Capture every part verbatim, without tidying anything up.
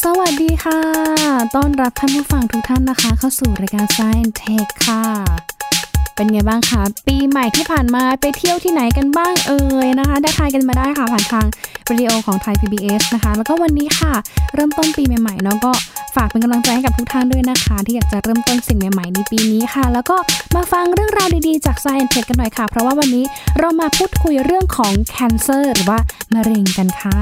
สวัสดีค่ะต้อนรับท่านผู้ฟังทุกท่านนะคะเข้าสู่รายการ Science Tech ค่ะเป็นไงบ้างคะปีใหม่ที่ผ่านมาไปเที่ยวที่ไหนกันบ้างเอ่ยนะคะได้ทายกันมาได้ค่ะผ่านทางวิดีโอของไทย พี บี เอส นะคะแล้วก็วันนี้ค่ะเริ่มต้นปีใหม่ๆเนาะก็ฝากเป็นกำลังใจให้กับทุกท่านด้วยนะคะที่อยากจะเริ่มต้นสิ่งใหม่ๆในปีนี้ค่ะแล้วก็มาฟังเรื่องราวดีๆจาก Science Tech กันหน่อยค่ะเพราะว่าวันนี้เรามาพูดคุยเรื่องของ Cancer หรือว่ามะเร็งกันค่ะ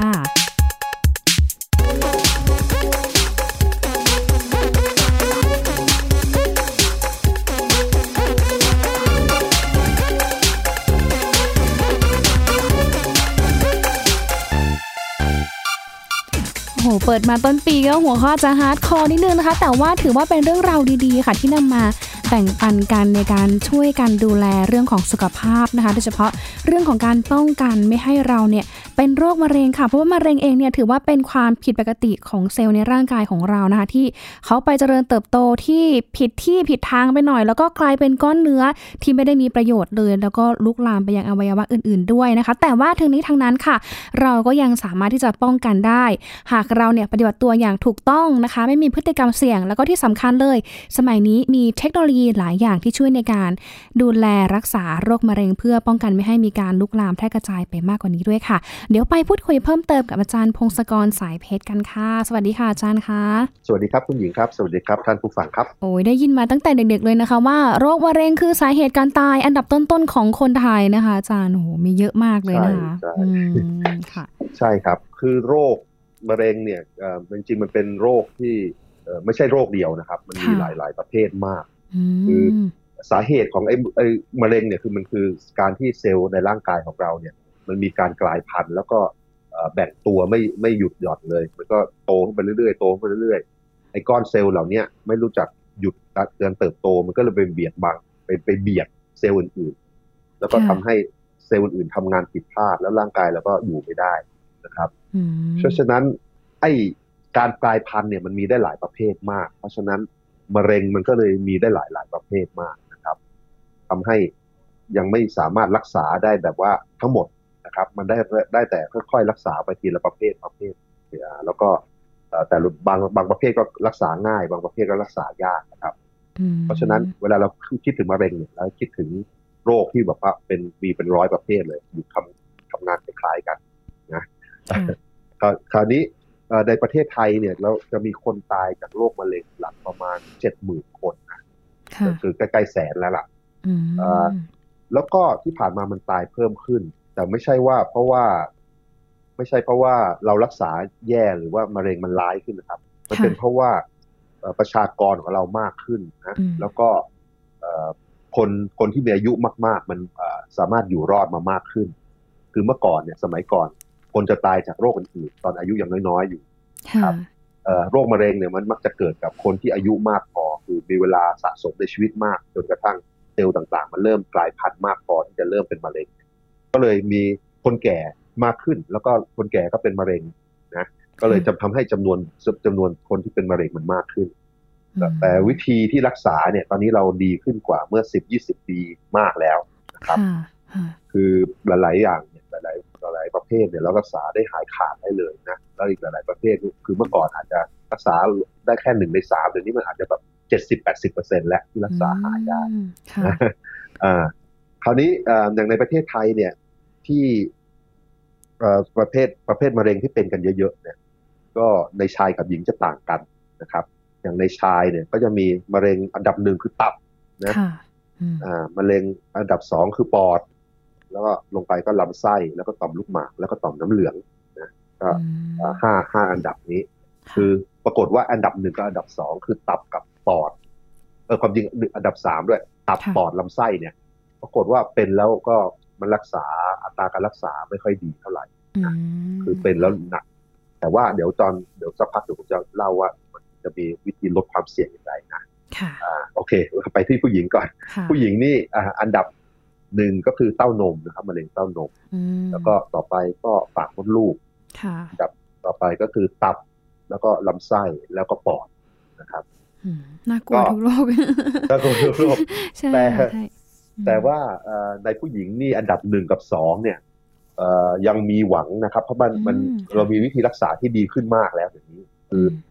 โหเปิดมาต้นปีก็หัวข้อจะฮาร์ดคอร์นิดนึงนะคะแต่ว่าถือว่าเป็นเรื่องราวดีๆค่ะที่นำมาแบ่งปันกันในการช่วยกันดูแลเรื่องของสุขภาพนะคะโดยเฉพาะเรื่องของการป้องกันไม่ให้เราเนี่ยเป็นโรคมะเร็งค่ะเพราะว่ามะเร็งเองเนี่ยถือว่าเป็นความผิดปกติของเซลล์ในร่างกายของเรานะคะที่เขาไปเจริญเติบโตที่ผิดที่ผิดทางไปหน่อยแล้วก็กลายเป็นก้อนเนื้อที่ไม่ได้มีประโยชน์เลยแล้วก็ลุกลามไปยังอวัยวะอื่นๆด้วยนะคะแต่ว่าทั้งนี้ทั้งนั้นค่ะเราก็ยังสามารถที่จะป้องกันได้หากเราเนี่ยปฏิบัติตัวอย่างถูกต้องนะคะไม่มีพฤติกรรมเสี่ยงแล้วก็ที่สำคัญเลยสมัยนี้มีเทคโนโลยีหลายอย่างที่ช่วยในการดูแลรักษาโรคมะเร็งเพื่อป้องกันไม่ให้มีการลุกลามแพร่กระจายไปมากกว่านี้ด้วยค่ะเดี๋ยวไปพูดคุยเพิ่มเติมกับอาจารย์พงศกรสายเพชรกันค่ะสวัสดีค่ะอาจารย์ค่ะสวัสดีครับคุณหญิงครับสวัสดีครับท่านผู้ฟังครับโอ้ยได้ยินมาตั้งแต่เด็กๆเลยนะคะว่าโรคมะเร็งคือสาเหตุการตายอันดับต้นๆของคนไทยนะคะอาจารย์โอ้โหมีเยอะมากเลยนะคะใช่อืมค่ะใช่ครับคือโรคมะเร็งเนี่ยเอ่อจริงๆมันเป็นโรคที่เอ่อไม่ใช่โรคเดียวนะครับมันมีหลายๆประเภทมากคือสาเหตุของไอ้ไอ้มะเร็งเนี่ยคือมันคือการที่เซลล์ในร่างกายของเราเนี่ยมันมีการกลายพันธุ์แล้วก็แบ่งตัวไม่ไม่หยุดหย่อนเลยมันก็โตขึ้นไปเรื่อยๆโตขึ้นไปเรื่อยๆไอ้ก้อนเซลล์เหล่านี้ไม่รู้จักหยุดการเติบโตมันก็เลยไปเบียดบังไปไปเบียดเซลล์อื่นๆแล้วก็ทำให้เซลล์อื่นๆทำงานผิดพลาดแล้วร่างกายเราก็อยู่ไม่ได้นะครับเพราะฉะนั้นไอ้การกลายพันธุ์เนี่ยมันมีได้หลายประเภทมากเพราะฉะนั้นมะเร็งมันก็เลยมีได้หลายหลายประเภทมากนะครับทำให้ยังไม่สามารถรักษาได้แบบว่าทั้งหมดนะครับมันได้ได้แต่ค่อยๆรักษาไปทีละประเภทประเภทแล้วก็แต่บางบางประเภทก็รักษาง่ายบางประเภทก็รักษายากนะครับเพราะฉะนั้นเวลาเราคิดถึงมะเร็งเนี่ยเราคิดถึงโรคที่แบบว่าเป็นมีเป็นร้อยประเภทเลยอยู่ทำทำงานคล้ายๆกันนะคราวนี้ในประเทศไทยเนี่ยเราจะมีคนตายจากโรคมะเร็งหลักประมาณ เจ็ดหมื่น คนนะก็คือใกล้ๆแสนแล้วล่ะแล้วก็ที่ผ่านมามันตายเพิ่มขึ้นแต่ไม่ใช่ว่าเพราะว่าไม่ใช่เพราะว่าเรารักษาแย่หรือว่ามะเร็งมันร้ายขึ้นนะครับมันเป็นเพราะว่าประชากรของเรามากขึ้นนะแล้วก็คนคนที่มีอายุมากๆมันสามารถอยู่รอดมามากขึ้นคือเมื่อก่อนเนี่ยสมัยก่อนคนจะตายจากโรคอื่นๆตอนอายุยังน้อยๆอยู่ครับโรคมะเร็งเนี่ยมันมักจะเกิดกับคนที่อายุมากพอคือมีเวลาสะสมในชีวิตมากจนกระทั่งเซลล์ต่างๆมันเริ่มกลายพันธุ์มากพอที่จะเริ่มเป็นมะเร็งก็เลยมีคนแก่มากขึ้นแล้วก็คนแก่ก็เป็นมะเร็งนะก็เลยจะทำให้จำนวนจำนวนคนที่เป็นมะเร็งมันมากขึ้นแต่วิธีที่รักษาเนี่ยตอนนี้เราดีขึ้นกว่าเมื่อ สิบถึงยี่สิบ ปีมากแล้วนะครับคือหลายๆอย่างเนี่ยหลายๆหลายประเภทเนี่ยเรารักษาได้หายขาดได้เลยนะแล้วอีกหลายๆประเภทคือเมื่อก่อนอาจจะรักษาได้แค่หนึ่งในสามเดี๋ยวนี้มันอาจจะแบบ เจ็ดสิบถึงแปดสิบเปอร์เซ็นต์ แล้วที่รักษาหายได้อ่าคราวนี้อย่างในประเทศไทยเนี่ยที่ประเภทประเภทมะเร็งที่เป็นกันเยอะๆเนี่ยก็ในชายกับหญิงจะต่างกันนะครับอย่างในชายเนี่ยก็จะมีมะเร็งอันดับหนึ่งคือตับนะอ่ามะเร็งอันดับสองคือปอดแล้วก็ลงไปก็ลำไส้แล้วก็ต่อมลูกหมากแล้วก็ต่อมน้ำเหลืองนะก็ห้าห้าอันดับนี้คือปรากฏว่าอันดับหนึ่งกับอันดับสองคือตับกับปอดเออความจริงอันดับสามด้วยตับปอดลำไส้เนี่ยปรากฏว่าเป็นแล้วก็มันรักษาอัตราการรักษาไม่ค่อยดีเท่าไหร่นะคือเป็นแล้วหนักแต่ว่าเดี๋ยวตอนเดี๋ยวสักพักเดี๋ยวผมจะเล่าว่ามันจะมีวิธีลดความเสี่ยงอย่างไรนะอ่าโอเคไปที่ผู้หญิงก่อนผู้หญิงนี่อ่าอันดับหนึ่งก็คือเต้านมนะครับมะเร็งเต้านมแล้วก็ต่อไปก็ปากมดลูกอันดับต่อไปก็คือตับแล้วก็ลำไส้แล้วก็ปอดนะครับน่ากลัวทุกโรคน่ากลัวทุกโรคแต่แต่ว่าในผู้หญิงนี่อันดับหนึ่งกับสองเนี่ยยังมีหวังนะครับเพราะมันมันเรามีวิธีรักษาที่ดีขึ้นมากแล้วอย่างนี้คือ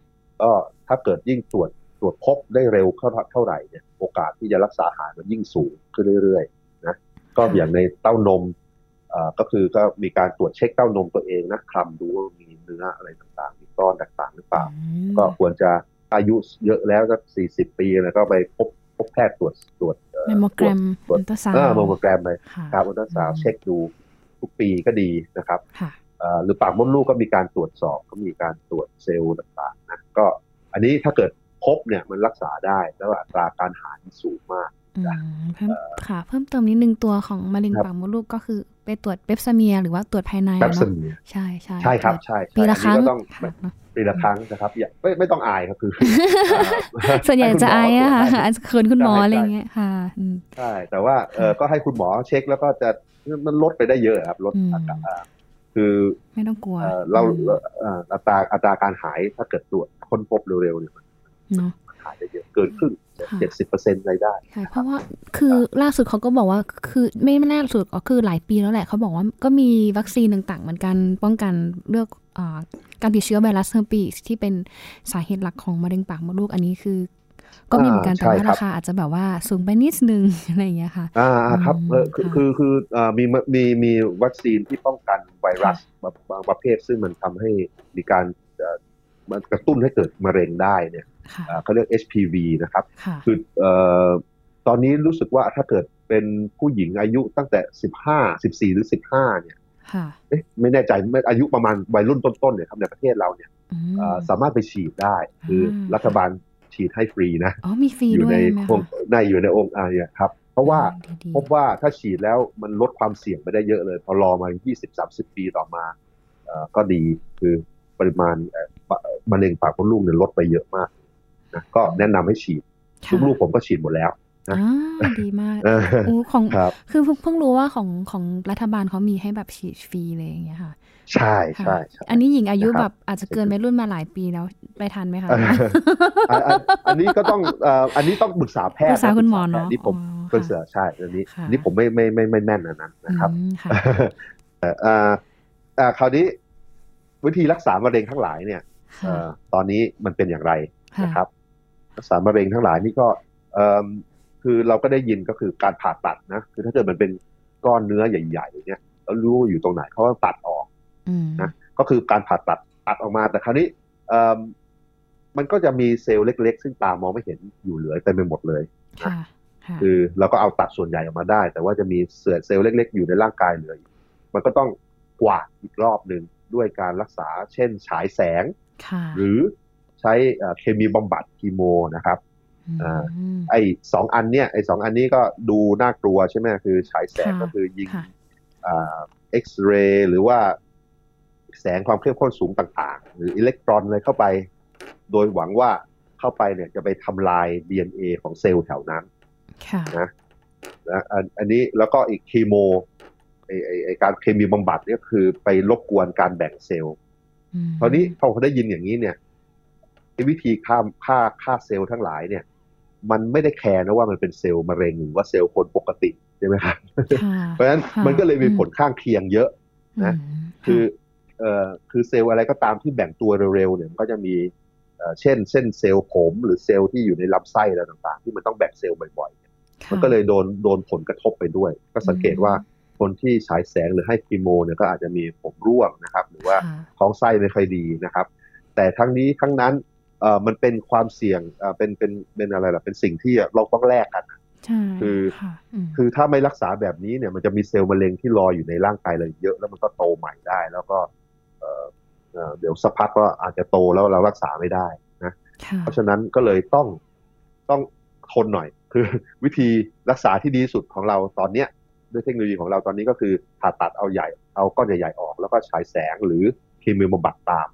ก็ถ้าเกิดยิ่งตรวจตรวจพบได้เร็วเท่าไหร่เนี่ยโอกาสที่จะรักษาหายมันยิ่งสูงขึ้นเรื่อยๆนะก็อย่างในเต้านมก็คือก็มีการตรวจเช็คเต้านมตัวเองนะคลำดูว่ามีเนื้ออะไรต่างๆมีก้อนต่างๆหรือเปล่าก็ควรจะอายุเยอะแล้วสักสี่สิบปีนะก็ไปพบพบแพทย์ตรวจตรวจเมมโมแกรมอัลตราซาวด์เมมโมแกรมไปครับอัลตราซาวด์เช็คดูทุกปีก็ดีนะครับหรือปากมดลูกก็มีการตรวจสอบก็มีการตรวจเซลล์ต่างๆนะก็อันนี้ถ้าเกิดพบเนี่ยมันรักษาได้แล้วอัตราการหายสูงมากเพิ่มค่ะเพิ่มเติมนิดนึงตัวของมะเร็งปากมดลูกก็คือไปตรวจเปปซาเมียหรือว่าตรวจภายในเนาะใช่ใช่ใช่ครับใช่ปีละครั้งปีละครั้งนะครับอย่าไม่ไม่ต้องอายครับคือส่วนใหญ่จะอายอะค่ะอาจจะเขินคุณหมออะไรเงี้ยค่ะใช่แต่ว่าเออก็ให้คุณหมอเช็คแล้วก็จะมันลดไปได้เยอะครับลดอาการคือไม่ต้องกลัวเราอัตราอัตราการหายถ้าเกิดตรวจค้นพบเร็วๆเนี่ยมันหายได้เยอะเกินครึ่งเจ็ดสิบเปอร์เซ็นต์รายได้ใช่เพราะว่าคือล่าสุดเขาก็บอกว่าคือไม่ไม่ล่าสุดก็คือหลายปีแล้วแหละเขาบอกว่าก็มีวัคซีนต่างๆเหมือนกันป้องกันเรื่องการติดเชื้อไวรัสเฮอร์ปีสที่เป็นสาเหตุหลักของมะเร็งปากมดลูกอันนี้คือก็มีเหมือนกันแต่ว่าราคาอาจจะแบบว่าสูงไปนิดนึงอะไรอย่างเงี้ยค่ะอ่าครับคือคือคือมีมีมีวัคซีนที่ป้องกันไวรัสบางประเภทซึ่งมันทำให้มีการกระตุ้นให้เกิดมะเร็งได้เนี่ยเขาเรียก เอช พี วี นะครับคือตอนนี้รู้สึกว่าถ้าเกิดเป็นผู้หญิงอายุตั้งแต่สิบห้า สิบสี่หรือสิบห้าเนี่ยเอ๊ะไม่แน่ใจอายุประมาณวัยรุ่นต้นๆเนี่ยครับในประเทศเราเนี่ยสามารถไปฉีดได้คือรัฐบาลฉีดให้ฟรีนะอ๋อมีฟรีด้วยไหมคะในอยู่ในองค์อาเนี่ยครับเพราะว่าพบว่าถ้าฉีดแล้วมันลดความเสี่ยงไปได้เยอะเลยพอรอมา ยี่สิบถึงสามสิบ ปีต่อมาก็ดีคือปริมาณมะเร็งปากมดลูกเนี่ยลดไปเยอะมากนะก็แนะนำให้ฉีดลูกๆผมก็ฉีดหมดแล้วนะดีมากโอ้ของคือเพิ่งรู้ว่าของของรัฐบาลเขามีให้แบบฉีดฟรีเลยอย่างเงี้ยค่ะใช่ใช่อันนี้หญิงอายุแบบอาจจะเกินไปรุ่นมาหลายปีแล้วไปทันไหมคะอันนี้ก็ต้องอันนี้ต้องปรึกษาแพทย์ปรึกษาคุณหมอเนาะนี่ผมปรึกษาใช่อันนี้นี่ผมไม่ไม่ไม่ไม่แม่นอันนั้นนะครับอ่าอ่าคราวนี้วิธีรักษามะเร็งทั้งหลายเนี่ยตอนนี้มันเป็นอย่างไรนะครับรักษามะเร็งทั้งหลายนี่ก็คือเราก็ได้ยินก็คือการผ่าตัดนะคือถ้าเกิดมันเป็นก้อนเนื้อใหญ่ๆเนี่ยเรารู้อยู่ตรงไหนเขาก็ตัดออกนะก็คือการผ่าตัดตัดออกมาแต่คราวนี้มันก็จะมีเซลล์เล็กๆซึ่งตามองไม่เห็นอยู่เหลือเต็มไปหมดเลยนะคือเราก็เอาตัดส่วนใหญ่ออกมาได้แต่ว่าจะมีเศษเซลล์เล็กๆอยู่ในร่างกายเหลือมันก็ต้องกวาดอีกรอบนึงด้วยการรักษาเช่นฉายแสงหรือใช้เคมีบำบัดคีโมนะครับไอ้สองอันเนี้ยไอ้สองอันนี้ก็ดูน่ากลัวใช่ไหมคือฉายแสงก็คือยิงเอ็กซเรย์หรือว่าแสงความเข้มข้นสูงต่างๆหรืออิเล็กตรอนอะไรเข้าไปโดยหวังว่าเข้าไปเนี่ยจะไปทำลาย ดี เอ็น เอ ของเซลล์แถวนั้นนะนะอันนี้แล้วก็อีกคีโมไอ้ไอ้การเคมีบำบัดเนี่ยคือไปรบกวนการแบ่งเซลล์คราวนี้พอเขาได้ยินอย่างนี้เนี่ยวิธีฆ่าฆ่าฆ่าเซลล์ทั้งหลายเนี่ยมันไม่ได้แคร์นะว่ามันเป็นเซลล์มะเร็งหรือว่าเซลล์คนปกติใช่ไหมครับเพราะฉะนั้นมันก็เลยมีผลข้างเคียงเยอะนะคือเอ่อคือเซลล์อะไรก็ตามที่แบ่งตัวเร็วๆเนี่ยมันก็จะมีเอ่อเช่นเส้นเซลล์ผมหรือเซลล์ที่อยู่ในลำไส้อะไรต่างๆที่มันต้องแบ่งเซลล์บ่อยๆมันก็เลยโดนโดนผลกระทบไปด้วยก็สังเกตว่าคนที่ฉายแสงหรือให้คีโมเนี่ยก็อาจจะมีผมร่วงนะครับหรือว่าท้องไส้ไม่ค่อยดีนะครับแต่ทั้งนี้ทั้งนั้นเอ่อมันเป็นความเสี่ยงเอ่อเป็นเป็นเป็นอะไรล่ะเป็นสิ่งที่เราต้องแลกกันคือคือถ้าไม่รักษาแบบนี้เนี่ยมันจะมีเซลล์มะเร็งที่รออยู่ในร่างกายเราเยอะแล้วมันก็โตใหม่ได้แล้วก็เอ่อเอ่อเดี๋ยวสักพักก็อาจจะโตแล้วเรารักษาไม่ได้นะเพราะฉะนั้นก็เลยต้องต้องทนหน่อยคือวิธีรักษาที่ดีที่สุดของเราตอนเนี้ยด้วยเทคโนโลยีของเราตอนนี้ก็คือผ่าตัดเอาใหญ่เอาก้อนใหญ่ๆออกแล้วก็ฉายแสงหรือเคมีบำบัดตาม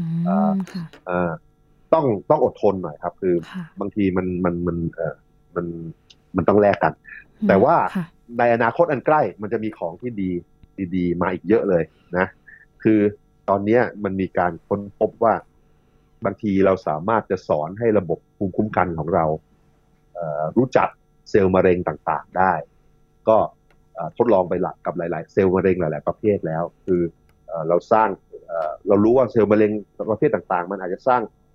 ต้องต้องอดทนหน่อยครับคือบางทีมันมันมันเอ่อมันมันต้องแลกกันแต่ว่าในอนาคตอันใกล้มันจะมีของที่ดีดีๆมาอีกเยอะเลยนะคือตอนนี้มันมีการค้นพบว่าบางทีเราสามารถจะสอนให้ระบบภูมิคุ้มกันของเราเอ่อรู้จักเซลล์มะเร็งต่างๆได้ก็ทดลองไปหลักกับหลายๆเซลล์มะเร็งหลายๆประเภทแล้วคือเราสร้างเรารู้ว่าเซลล์มะเร็งประเภทต่างๆมันอาจจะสร้างโป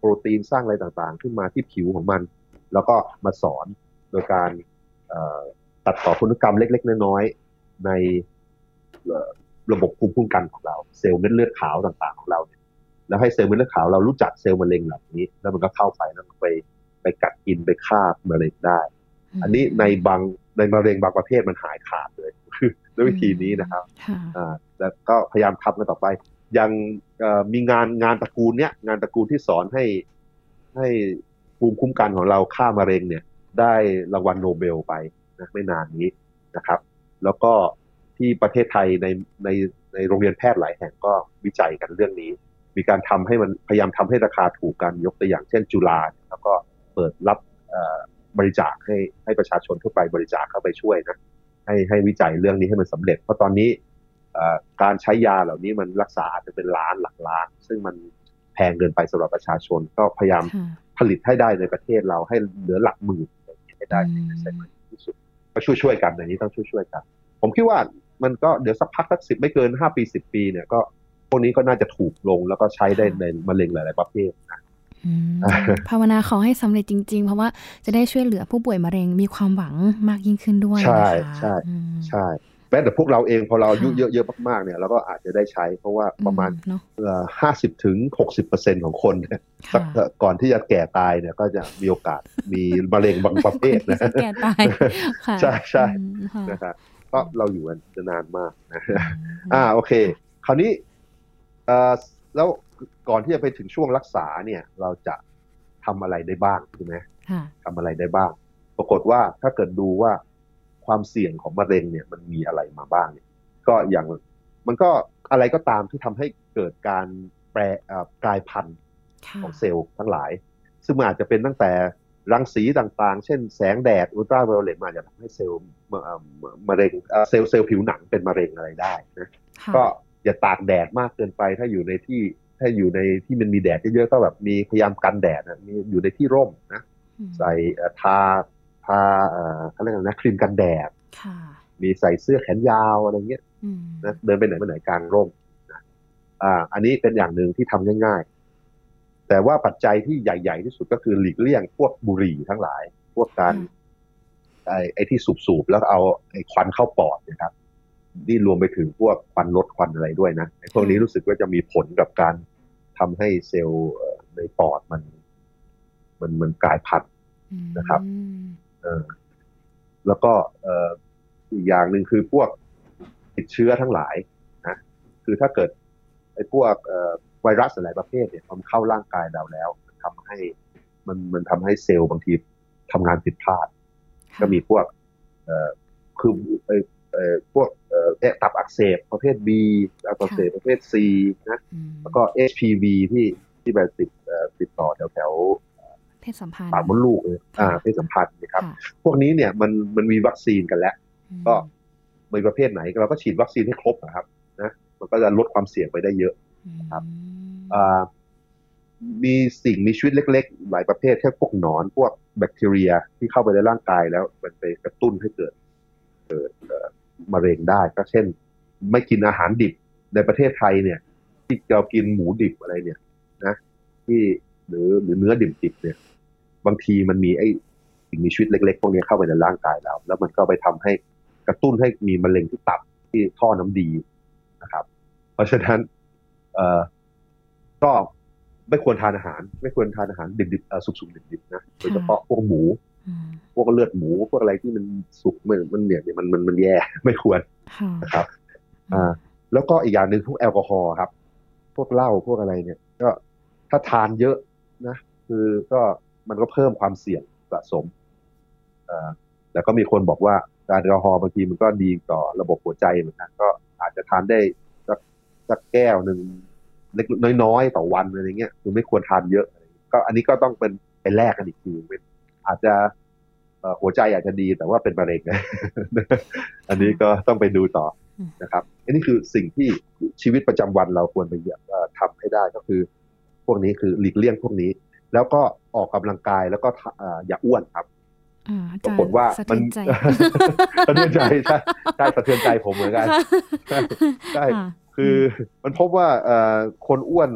รตีนสร้างอะไรต่างๆขึ้นมาที่ผิวของมันแล้วก็มาสอนโดยการตัดต่อพันธุกรรมเล็กๆน้อยๆในระบบภูมิคุ้มกันของเราเซลล์เม็ดเลือดขาวต่างๆของเราเนี่ยแล้วให้เซลล์เม็ดเลือดขาวเรารู้จักเซลล์มะเร็งเหล่านี้แล้วมันก็เข้าไปแล้วมันไปไปกัดกินไปฆ่ามะเร็งได้อันนี้ในบางในมะเร็งบางประเภทมันหายขาดเลยคือด้วยวิธีนี้นะครับอ่าแล้วก็พยายามทำกันต่อไปยังมีงานงานตระกูลเนี้ยงานตระกูลที่สอนให้ให้ภูมิคุ้มกันของเราฆ่ามะเร็งเนี่ยได้รางวัลโนเบลไปนะไม่นานนี้นะครับแล้วก็ที่ประเทศไทยในในในโรงเรียนแพทย์หลายแห่งก็วิจัยกันเรื่องนี้มีการทำให้มันพยายามทำให้ราคาถูกกันยกตัวอย่างเช่นจุฬาแล้วก็เปิดรับบริจาคให้ให้ประชาชนทั่วไปบริจาคเข้าไปช่วยนะให้ให้วิจัยเรื่องนี้ให้มันสำเร็จเพราะตอนนี้การใช้ยาเหล่านี้มันรักษาอาจจะเป็นล้านหลักล้านซึ่งมันแพงเกินไปสำหรับประชาชนก็พยายามผลิตให้ได้ในประเทศเราให้เหลือหลักหมื่นให้ได้ในที่สุดก็ช่วยๆกันในนี้ต้องช่วยๆกันผมคิดว่ามันก็เดี๋ยวสักพักสักสิบไม่เกินห้าปีสิบปีเนี่ยก็พวกนี้ก็น่าจะถูกลงแล้วก็ใช้ได้ในมะเร็งหลายๆประเภทนะภาวนาขอให้สำเร็จจริงๆเพราะว่าจะได้ช่วยเหลือผู้ป่วยมะเร็งมีความหวังมากยิ่งขึ้นด้วยใช่ใช่ใช่แม้แต่พวกเราเองพอเราอายุเยอะๆมากๆเนี่ยเราก็อาจจะได้ใช้เพราะว่าประมาณห้าสิบถึงหกสิบเปอร์เซ็นต์ของคนเนี่ยก่อนที่จะแก่ตายเนี่ยก็จะมีโอกาสมีมะเร็งบางประเภทนะแก่ตายใช่ใช่นะครับเพราะเราอยู่กันนานมากนะอ่าโอเคคราวนี้เอ่อแล้วก่อนที่จะไปถึงช่วงรักษาเนี่ยเราจะทำอะไรได้บ้างใช่ไหมทำอะไรได้บ้างปรากฏว่าถ้าเกิดดูว่าความเสี่ยงของมะเร็งเนี่ยมันมีอะไรมาบ้างเนี่ยก็อย่างมันก็อะไรก็ตามที่ทำให้เกิดการแปรกลายพันธุ์ของเซลล์ทั้งหลายซึ่งมันอาจจะเป็นตั้งแต่รังสีต่างๆเช่นแสงแดดอุลตราไวโอเลตมาจะทำให้เซลล์มะเร็งเซลล์เซลล์ผิวหนังเป็นมะเร็งอะไรได้นะก็อย่าตากแดดมากเกินไปถ้าอยู่ในที่ถ้าอยู่ในที่มันมีแดดเยอะๆก็แบบมีพยายามกันแดดนะมีอยู่ในที่ร่มนะใส่ทาทาเขาเรียกอะไรนะครีมกันแดดมีใส่เสื้อแขนยาวอะไรเงี้ยนะเดินไปไหนมาไหนกลางร่มนะอ่าอันนี้เป็นอย่างหนึ่งที่ทำง่ายๆแต่ว่าปัจจัยที่ใหญ่ๆที่สุดก็คือหลีกเลี่ยงพวกบุหรี่ทั้งหลายพวกการไอ้ไอ้ที่สูบๆแล้วเอาไอ้ควันเข้าปอดนะครับนี่รวมไปถึงพวกควันลดควันอะไรด้วยนะไอ้พวกนี้รู้สึกว่าจะมีผลกับการทำให้เซลล์ในปอดมันมันมันกลายพันธุ์นะครับเออแล้วก็เอ่ออีกอย่างหนึ่งคือพวกติดเชื้อทั้งหลายนะคือถ้าเกิดไอ้พวกเอ่อไวรัสหลายประเภทเนี่ยมันเข้าร่างกายเราแล้วมันทำให้มันมันทำให้เซลล์บางทีทำงานผิดพลาดก็มีพวกเอ่อคือไอ้เอ่อพวกเอ่อตับอักเสบประเภท B ตับอักเสบประเภท C นะแล้วก็ เอช พี วี ที่ที่แบบติดเอ่อติดต่อแถวแถวเพศสัมพันธ์ปากมดลูกเลยอ่าเพศสัมพันธ์นะครับพวกนี้เนี่ยมันมันมีวัคซีนกันแล้วก็ในประเภทไหนเราก็ฉีดวัคซีนให้ครบนะครับนะมันก็จะลดความเสี่ยงไปได้เยอะนะครับอ่ามีสิ่งมีชีวิตเล็กๆหลายประเภทแค่พวกหนอนพวกแบคทีเรียที่เข้าไปในร่างกายแล้วมันไปกระตุ้นให้เกิดเกิดมะเร็งได้ก็เช่นไม่กินอาหารดิบในประเทศไทยเนี่ยที่เรากินหมูดิบอะไรเนี่ยนะที่หรือหรือเนื้อดิบๆเนี่ยบางทีมันมีไอ้สิ่งมีชีวิตเล็กๆพวกนี้เข้าไปในร่างกายเราแล้วมันก็ไปทำให้กระตุ้นให้มีมะเร็งที่ตับที่ท่อน้ำดีนะครับเพราะฉะนั้นเอ่อก็ไม่ควรทานอาหารไม่ควรทานอาหารดิบๆสุกๆดิบๆนะโดยเฉพาะพวกหมูพวกเลือดหมูพวกอะไรที่มันสุกมันมันเนี่ยมันมันมันแย่ไม่ควรนะครับอ่าแล้วก็อีกอย่างหนึ่งพวกแอลกอฮอล์ครับพวกเหล้าพวกอะไรเนี่ยก็ถ้าทานเยอะนะคือก็มันก็เพิ่มความเสี่ยงสะสมอ่าแต่ก็มีคนบอกว่าการแอลกอฮอล์บางทีมันก็ดีต่อระบบหัวใจเหมือนกันก็อาจจะทานได้สักสักแก้วหนึ่งเล็กน้อยๆต่อวันอะไรเงี้ยคือไม่ควรทานเยอะก็อันนี้ก็ต้องเป็นไปแลกกันอีกทีอาจจะหัวใจอาจจะดีแต่ว่าเป็นมะเร็งนะอันนี้ก็ต้องไปดูต่อนะครับอันนี้คือสิ่งที่ชีวิตประจำวันเราควรไปทำให้ได้ก็คือพวกนี้คือหลีกเลี่ยงพวกนี้แล้วก็ออกกำลังกายแล้วก็อย่าอ้วนครับปรากฏว่ามันสะเทือนใจใช่ใช่สะเทือนใจผมเหมือนกันใช่คือมันพบว่าคนอ้วน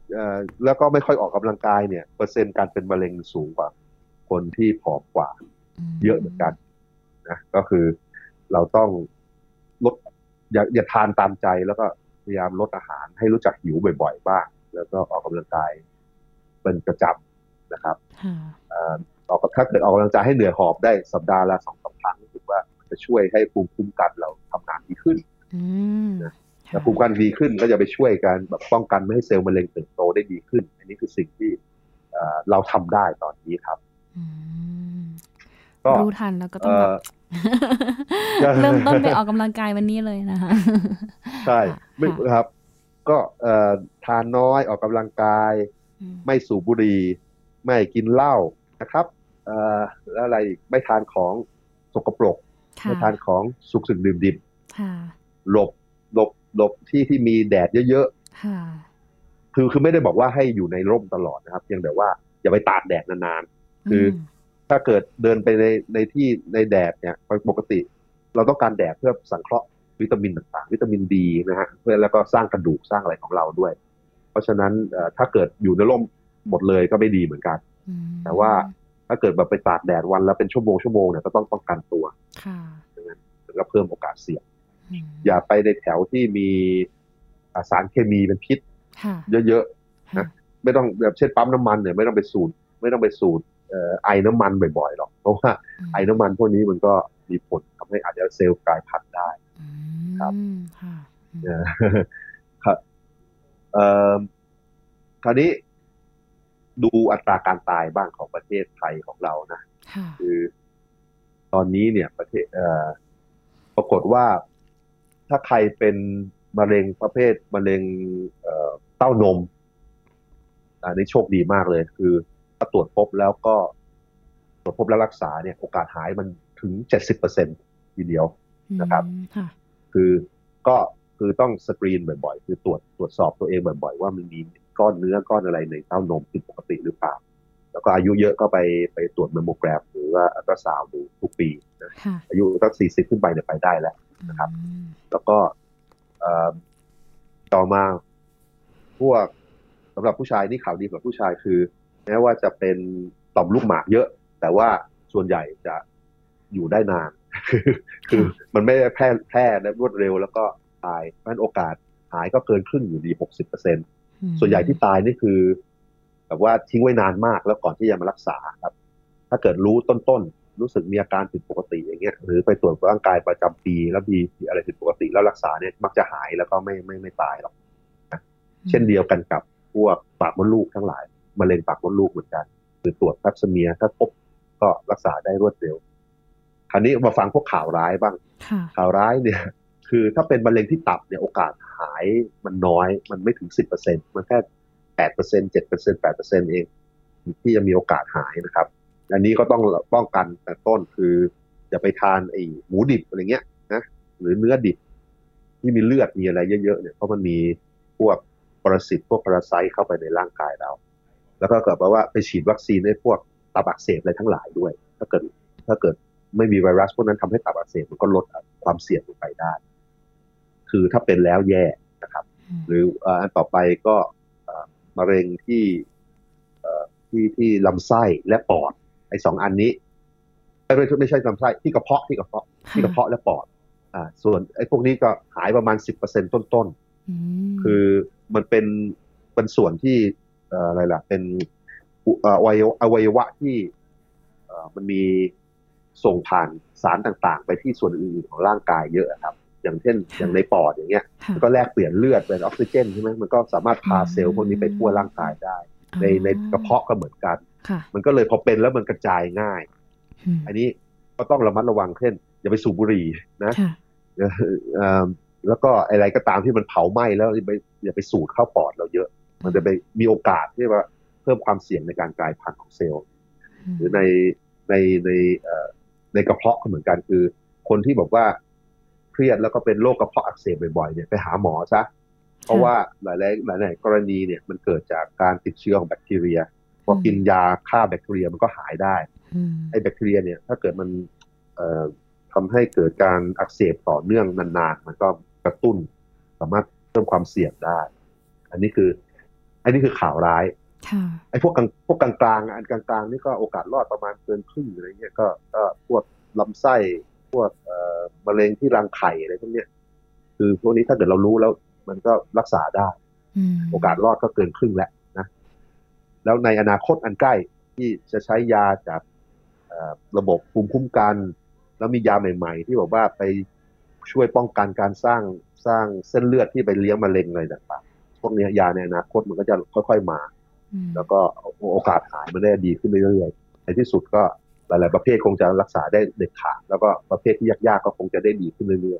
แล้วก็ไม่ค่อยออกกำลังกายเนี่ยเปอร์เซ็นต์การเป็นมะเร็งสูงกว่าคนที่ผอมกว่าเยอะเหมือนกันนะก็คือเราต้องลดอย่าอย่าทานตามใจแล้วก็พยายามลดอาหารให้รู้จักหิวบ่อยๆบ้างแล้วก็ออกกำลังกายเป็นประจำนะครับออกถ้าเกิดออกกำลังกายให้เหนื่อยหอบได้สัปดาห์ละสองสามครั้งรู้สึกว่าจะช่วยให้ภูมิคุ้มกันเราทำงานดีขึ้นนะถ้าภูมิคุ้มกันดีขึ้นก็จะไปช่วยกันแบบป้องกันไม่ให้เซลล์มะเร็งเติบโตได้ดีขึ้นอันนี้คือสิ่งที่เราทำได้ตอนนี้ครับก็รู้ทันแล้วก็ต้องแบบเริ่มต้นไปออกกำลังกายวันนี้เลยนะคะใช่ไม่ครับก็ทานน้อยออกกำลังกายไม่สูบบุหรี่ไม่กินเหล้านะครับแล้วอะไรอีกไม่ทานของสกปรกไม่ทานของสุกสึกดื่มดิบหลบหลบหลบที่ที่มีแดดเยอะๆคือคือไม่ได้บอกว่าให้อยู่ในร่มตลอดนะครับเพียงแต่ว่าอย่าไปตากแดดนานๆคือถ้าเกิดเดินไปในในที่ในแดดเนี่ยปกติเราต้องการแดดเพื่อสังเคราะห์วิตามินต่างๆวิตามินดีนะฮะเพื่อแล้วก็สร้างกระดูกสร้างอะไรของเราด้วยเพราะฉะนั้นถ้าเกิดอยู่ในร่มหมดเลยก็ไม่ดีเหมือนกันแต่ว่าถ้าเกิดแบบไปตากแดดวันแล้วเป็นชั่วโมงชั่วโมงเนี่ยก็ต้องป้องกันตัวดังนั้นก็เพิ่มโอกาสเสี่ยงอย่าไปในแถวที่มีสารเคมีเป็นพิษเยอะๆนะไม่ต้องแบบเช่นปั๊มน้ำมันเนี่ยไม่ต้องไปสูดไม่ต้องไปสูดไอน้ำมันบ่อยๆหรอกเพราะว่าไอน้ำมันพวกนี้มันก็มีผลทำให้อาจจะเซลล์กลายพันธุ์ได้ครับครับเอ่อคราวนี้ดูอัตราการตายบ้างของประเทศไทยของเรานะคือตอนนี้เนี่ยประเทศเอ่อปรากฏว่าถ้าใครเป็นมะเร็งประเภทมะเร็งเอ่อเต้านมอันนี้โชคดีมากเลยคือถ้าตรวจพบแล้วก็ตรวจพบแล้วรักษาเนี่ยโอกาสหายมันถึง เจ็ดสิบเปอร์เซ็นต์ ทีเดียวนะครับคือก็คือต้องสกรีนบ่อยๆคือตรวจตรวจสอบตัวเองบ่อยๆว่ามันมีก้อนเนื้อก้อนอะไรในเต้านมผิดปกติหรือเปล่าแล้วก็อายุเยอะก็ไปไปตรวจแมมโมแกรมหรือว่าอัลตราซาวด์ดูทุกปีนะอายุตั้งสี่สิบขึ้นไปเนี่ยไปได้แล้วนะครับแล้วก็ต่อมาพวกสำหรับผู้ชายนี่ข่าวดีสำหรับผู้ชายคือแม้ว่าจะเป็นต่อมลูกหมากเยอะแต่ว่าส่วนใหญ่จะอยู่ได้นานคือคือมันไม่ได้แพร่แพร่รวดเร็วแล้วก็ตายเพราะฉะนั้นโอกาสหายก็เกินครึ่งอยู่ดี หกสิบเปอร์เซ็นต์ ส่วนใหญ่ที่ตายนี่คือแบบว่าทิ้งไว้นานมากแล้วก่อนที่จะมารักษาครับถ้าเกิดรู้ต้นๆรู้สึกมีอาการผิดปกติอย่างเงี้ยหรือไปตรวจร่างกายประจำปีแล้วมีอะไรผิดปกติแล้วรักษาเนี่ยมักจะหายแล้วก็ไม่ไม่ไม่ตายหรอกเช่นเดียวกันกับพวกปากมดลูกทั้งหลายมะเร็งปากมดลูกเหมือนกันคือตรวจแพปซเมียถ้าพบก็รักษาได้รวดเร็วคราวนี้มาฟังพวกข่าวร้ายบ้างข่าวร้ายเนี่ยคือถ้าเป็นมะเร็งที่ตับเนี่ยโอกาสหายมันน้อยมันไม่ถึง สิบเปอร์เซ็นต์ มันแค่ แปดเปอร์เซ็นต์ เจ็ดเปอร์เซ็นต์ แปดเปอร์เซ็นต์ เองที่จะมีโอกาสหายนะครับอันนี้ก็ต้องป้องกันแต่ต้นคืออย่าไปทานไอ้หมูดิบอะไรเงี้ยนะหรือเนื้อดิบที่มีเลือดมีอะไรเยอะๆเนี่ยเพราะมันมีพวกปรสิตพวกพาราไซต์เข้าไปในร่างกายเราแล้วก็เกิดว่าไปฉีดวัคซีนให้พวกตับอักเสบอะไรทั้งหลายด้วยถ้าเกิดถ้าเกิดไม่มีไวรัสพวกนั้นทำให้ตับอักเสบมันก็ลดความเสี่ยงลงไปได้คือถ้าเป็นแล้วแย่นะครับหรืออันต่อไปก็มะเร็งที่ที่ที่ลำไส้และปอดไอ้สองอันนี้ไม่ไม่ใช่ลำไส้ที่กระเพาะที่กระเพาะที่กระเพาะและปอดอ่าส่วนไอ้พวกนี้ก็หายประมาณ สิบเปอร์เซ็นต์ ต้นๆคือมันเป็นเป็นส่วนที่อะไรล่ะเป็นอวัยวะอวัยวะที่มันมีส่งผ่านสารต่างๆไปที่ส่วนอื่นๆของร่างกายเยอะครับอย่างเช่นอย่างในปอดอย่างเงี้ยมันก็แลกเปลี่ยนเลือดเป็นออกซิเจนใช่ไหมมันก็สามารถพาเซลล์พวกนี้ไปทั่วร่างกายได้ในในกระเพาะก็เหมือนกันมันก็เลยพอเป็นแล้วมันกระจายง่ายอันนี้ก็ต้องระมัดระวังเช่นอย่าไปสูบบุหรี่นะแล้วก็อะไรก็ตามที่มันเผาไหม้แล้วอย่าไปสูดเข้าปอดเราเยอะมันจะไปมีโอกาสที่ว่าเพิ่มความเสี่ยงในการกลายพันธุ์ของเซลล์หรือในในในในกระเพาะก็เหมือนกันคือคนที่บอกว่าเครียดแล้วก็เป็นโรคกระเพาะอักเสบบ่อยๆเนี่ยไปหาหมอซะเพราะว่าหลายๆหลายๆกรณีเนี่ยมันเกิดจากการติดเชื้อของแบคทีเรียพอกินยาฆ่าแบคทีเรียมันก็หายได้ไอ้แบคทีเรียเนี่ยถ้าเกิดมันทำให้เกิดการอักเสบต่อเนื่องนานๆมันก็กระตุ้นสามารถเพิ่มความเสี่ยงได้อันนี้คืออันนี้คือข่าวร้ายไอ้พวกกลางพวกกลางๆอันกลางๆนี่ก็โอกาสรอดประมาณเกินครึ่งอะไรเงี้ยก็ก็พวกลำไส้พวกเอ่อมะเร็งที่รังไข่อะไรพวกเนี้ยคือพวกนี้ถ้าเกิดเรารู้แล้วมันก็รักษาได้โอกาสรอดก็เกินครึ่งแล้วนะแล้วในอนาคตอันใกล้ที่จะใช้ยาจากระบบภูมิคุ้มกันแล้วมียาใหม่ๆที่บอกว่าไปช่วยป้องกันการสร้างสร้างเส้นเลือดที่ไปเลี้ยงมะเร็งอะไรต่างๆพวกนี้ยาในอนาคตมันก็จะค่อยๆมาแล้วก็โอกาสหายมันได้ดีขึ้นเรื่อยๆในที่สุดก็หลายๆประเภทคงจะรักษาได้เด็ดขาดแล้วก็ประเภทที่ยากๆก็คงจะได้ดีขึ้นเรื่อย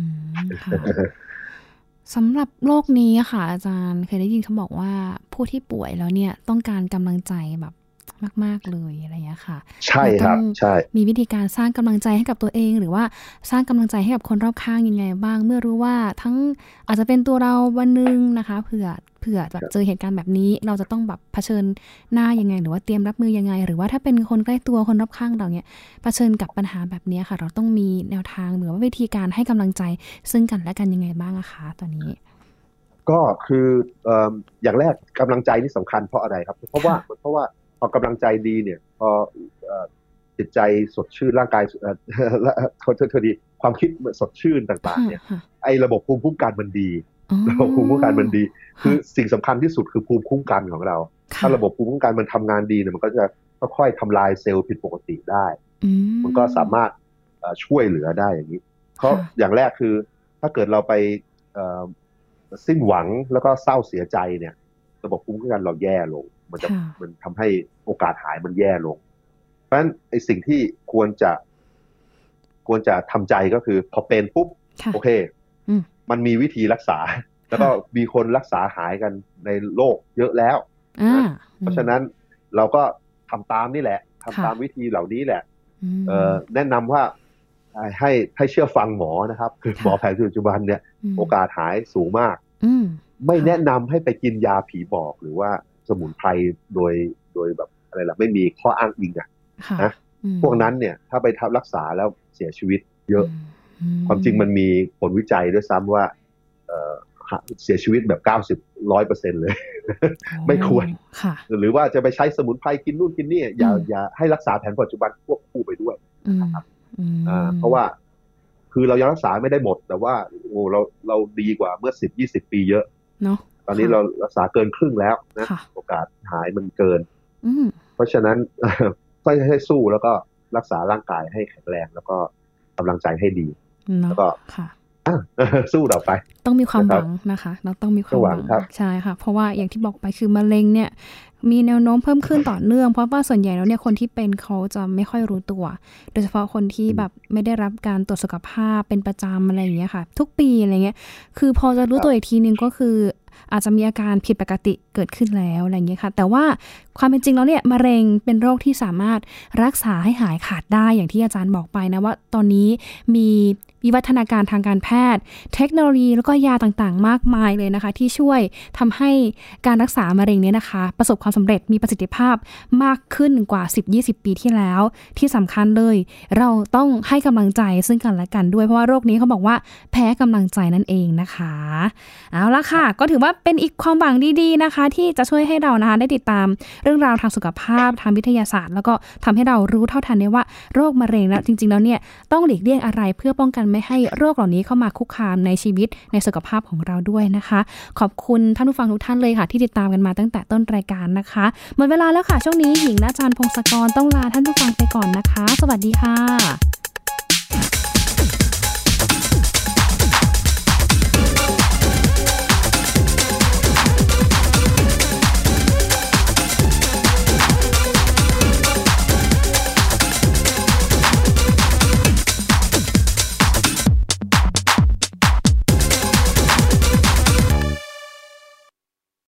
ๆสำหรับโรคนี้ค่ะอาจารย์เคยได้ยินเขาบอกว่าผู้ที่ป่วยแล้วเนี่ยต้องการกำลังใจแบบมากๆเลยอะไรอย่างเงี้ยค่ะใช่ครับใช่มีวิธีการสร้างกำลังใจให้กับตัวเองหรือว่าสร้างกำลังใจให้กับคนรอบข้างยังไงบ้างเมื่อรู้ว่าทั้งอาจจะเป็นตัวเราวันนึงนะคะเผื่อเผื่อแบบเจอเหตุการณ์แบบนี้เราจะต้องแบบเผชิญหน้ายังไงหรือว่าเตรียมรับมือยังไงหรือว่าถ้าเป็นคนใกล้ตัวคนรอบข้างเราเนี่ยเผชิญกับปัญหาแบบนี้ค่ะเราต้องมีแนวทางหรือว่าวิธีการให้กำลังใจซึ่งกันและกันยังไงบ้างอะคะตอนนี้ก็คืออย่างแรกกำลังใจนี่สำคัญเพราะอะไรครับเพราะว่าเพราะว่าพอกำลังใจดีเนี่ยพอจิตใจสดชื่นร่างกายเขาจะดีความคิดสดชื่นต่างๆเนี่ยไอ้ระบบภูมิคุ้มกันมันดีระบบภูมิคุ้มกันมันดีคือสิ่งสำคัญที่สุดคือภูมิคุ้มกันของเราถ้าระบบภูมิคุ้มกันมันทำงานดีเนี่ยมันก็จะค่อยๆทำลายเซลล์ผิดปกติได้มันก็สามารถช่วยเหลือได้อย่างนี้เพราะอย่างแรกคือถ้าเกิดเราไปสิ้นหวังแล้วก็เศร้าเสียใจเนี่ยระบบภูมิคุ้มกันเราแย่ลงมันจะมันทำให้โอกาสหายมันแย่ลงเพราะฉะนั้นไอ้สิ่งที่ควรจะควรจะทำใจก็คือพอเป็นปุ๊บโอเคมันมีวิธีรักษาแล้วก็มีคนรักษาหายกันในโลกเยอะแล้วเพราะฉะนั้นเราก็ทำตามนี่แหละทำตามวิธีเหล่านี้แหละแนะนำว่าให้ให้เชื่อฟังหมอนะครับคือหมอแผนปัจจุบันเนี่ยโอกาสหายสูงมากไม่แนะนำให้ไปกินยาผีบอกหรือว่าสมุนไพรโดยโดยแบบอะไรล่ะไม่มีข้ออ้างอิงอ่ะนะพวกนั้นเนี่ยถ้าไปทำรักษาแล้วเสียชีวิตเยอะความจริงมันมีผลวิจัยด้วยซ้ำว่าเอ่อเสียชีวิตแบบ เก้าสิบ ร้อยเปอร์เซ็นต์ เลย ไม่ควรหรือว่าจะไปใช้สมุนไพรกินนู่นกินนี่อย่าอย่าให้รักษาแผนปัจจุบันควบคู่ไปด้วยนะครับอ่าเพราะว่าคือเรายังรักษาไม่ได้หมดแต่ว่าโอ้เราเราดีกว่าเมื่อ สิบ ยี่สิบ ปีเยอะเนาะตอนนี้เรารักษาเกินครึ่งแล้วนะโอกาสหายมันเกินเพราะฉะนั้นก็ให้สู้แล้วก็รักษาร่างกายให้แข็งแรงแล้วก็กำลังใจให้ดีแล้วก็สู้ต่อไปต้องมีความหวังนะคะเราต้องมีความหวังใช่ค่ะเพราะว่าอย่างที่บอกไปคือมะเร็งเนี่ยมีแนวโน้มเพิ่มขึ้นต่อเนื่องเพราะว่าส่วนใหญ่แล้วเนี่ยคนที่เป็นเขาจะไม่ค่อยรู้ตัวโดยเฉพาะคนที่แบบไม่ได้รับการตรวจสุขภาพเป็นประจำอะไรอย่างเงี้ยค่ะทุกปีอะไรเงี้ยคือพอจะรู้ตัวอีกทีนึงก็คืออาจจะมีอาการผิดปกติเกิดขึ้นแล้วอะไรอย่างเงี้ยค่ะแต่ว่าความเป็นจริงแล้วเนี่ยมะเร็งเป็นโรคที่สามารถรักษาให้หายขาดได้อย่างที่อาจารย์บอกไปนะว่าตอนนี้มีวิวัฒนาการทางการแพทย์เทคโนโลยีแล้วก็ยาต่างๆมากมายเลยนะคะที่ช่วยทำให้การรักษามะเร็งเนี่ยนะคะประสบความสำเร็จมีประสิทธิภาพมากขึ้นกว่า สิบ ยี่สิบ ปีที่แล้วที่สำคัญเลยเราต้องให้กำลังใจซึ่งกันและกันด้วยเพราะว่าโรคนี้เขาบอกว่าแพ้กำลังใจนั่นเองนะคะเอาละค่ะก็ถือว่าเป็นอีกความหวังดีๆนะคะที่จะช่วยให้เรานะคะได้ติดตามเรื่องราวทางสุขภาพทางวิทยาศาสตร์แล้วก็ทำให้เรารู้เท่าทันได้ว่าโรคมะเร็งแล้วจริงๆแล้วเนี่ยต้องหลีกเลี่ยงอะไรเพื่อป้องกันไม่ให้โรคเหล่านี้เข้ามาคุกคามในชีวิตในสุขภาพของเราด้วยนะคะขอบคุณท่านผู้ฟังทุกท่านเลยค่ะที่ติดตามกันมาตั้งแต่ต้นรายการนะคะหมดเวลาแล้วค่ะช่วงนี้หญิงณจันทร์พงศกรต้องลาท่านผู้ฟังไปก่อนนะคะสวัสดีค่ะ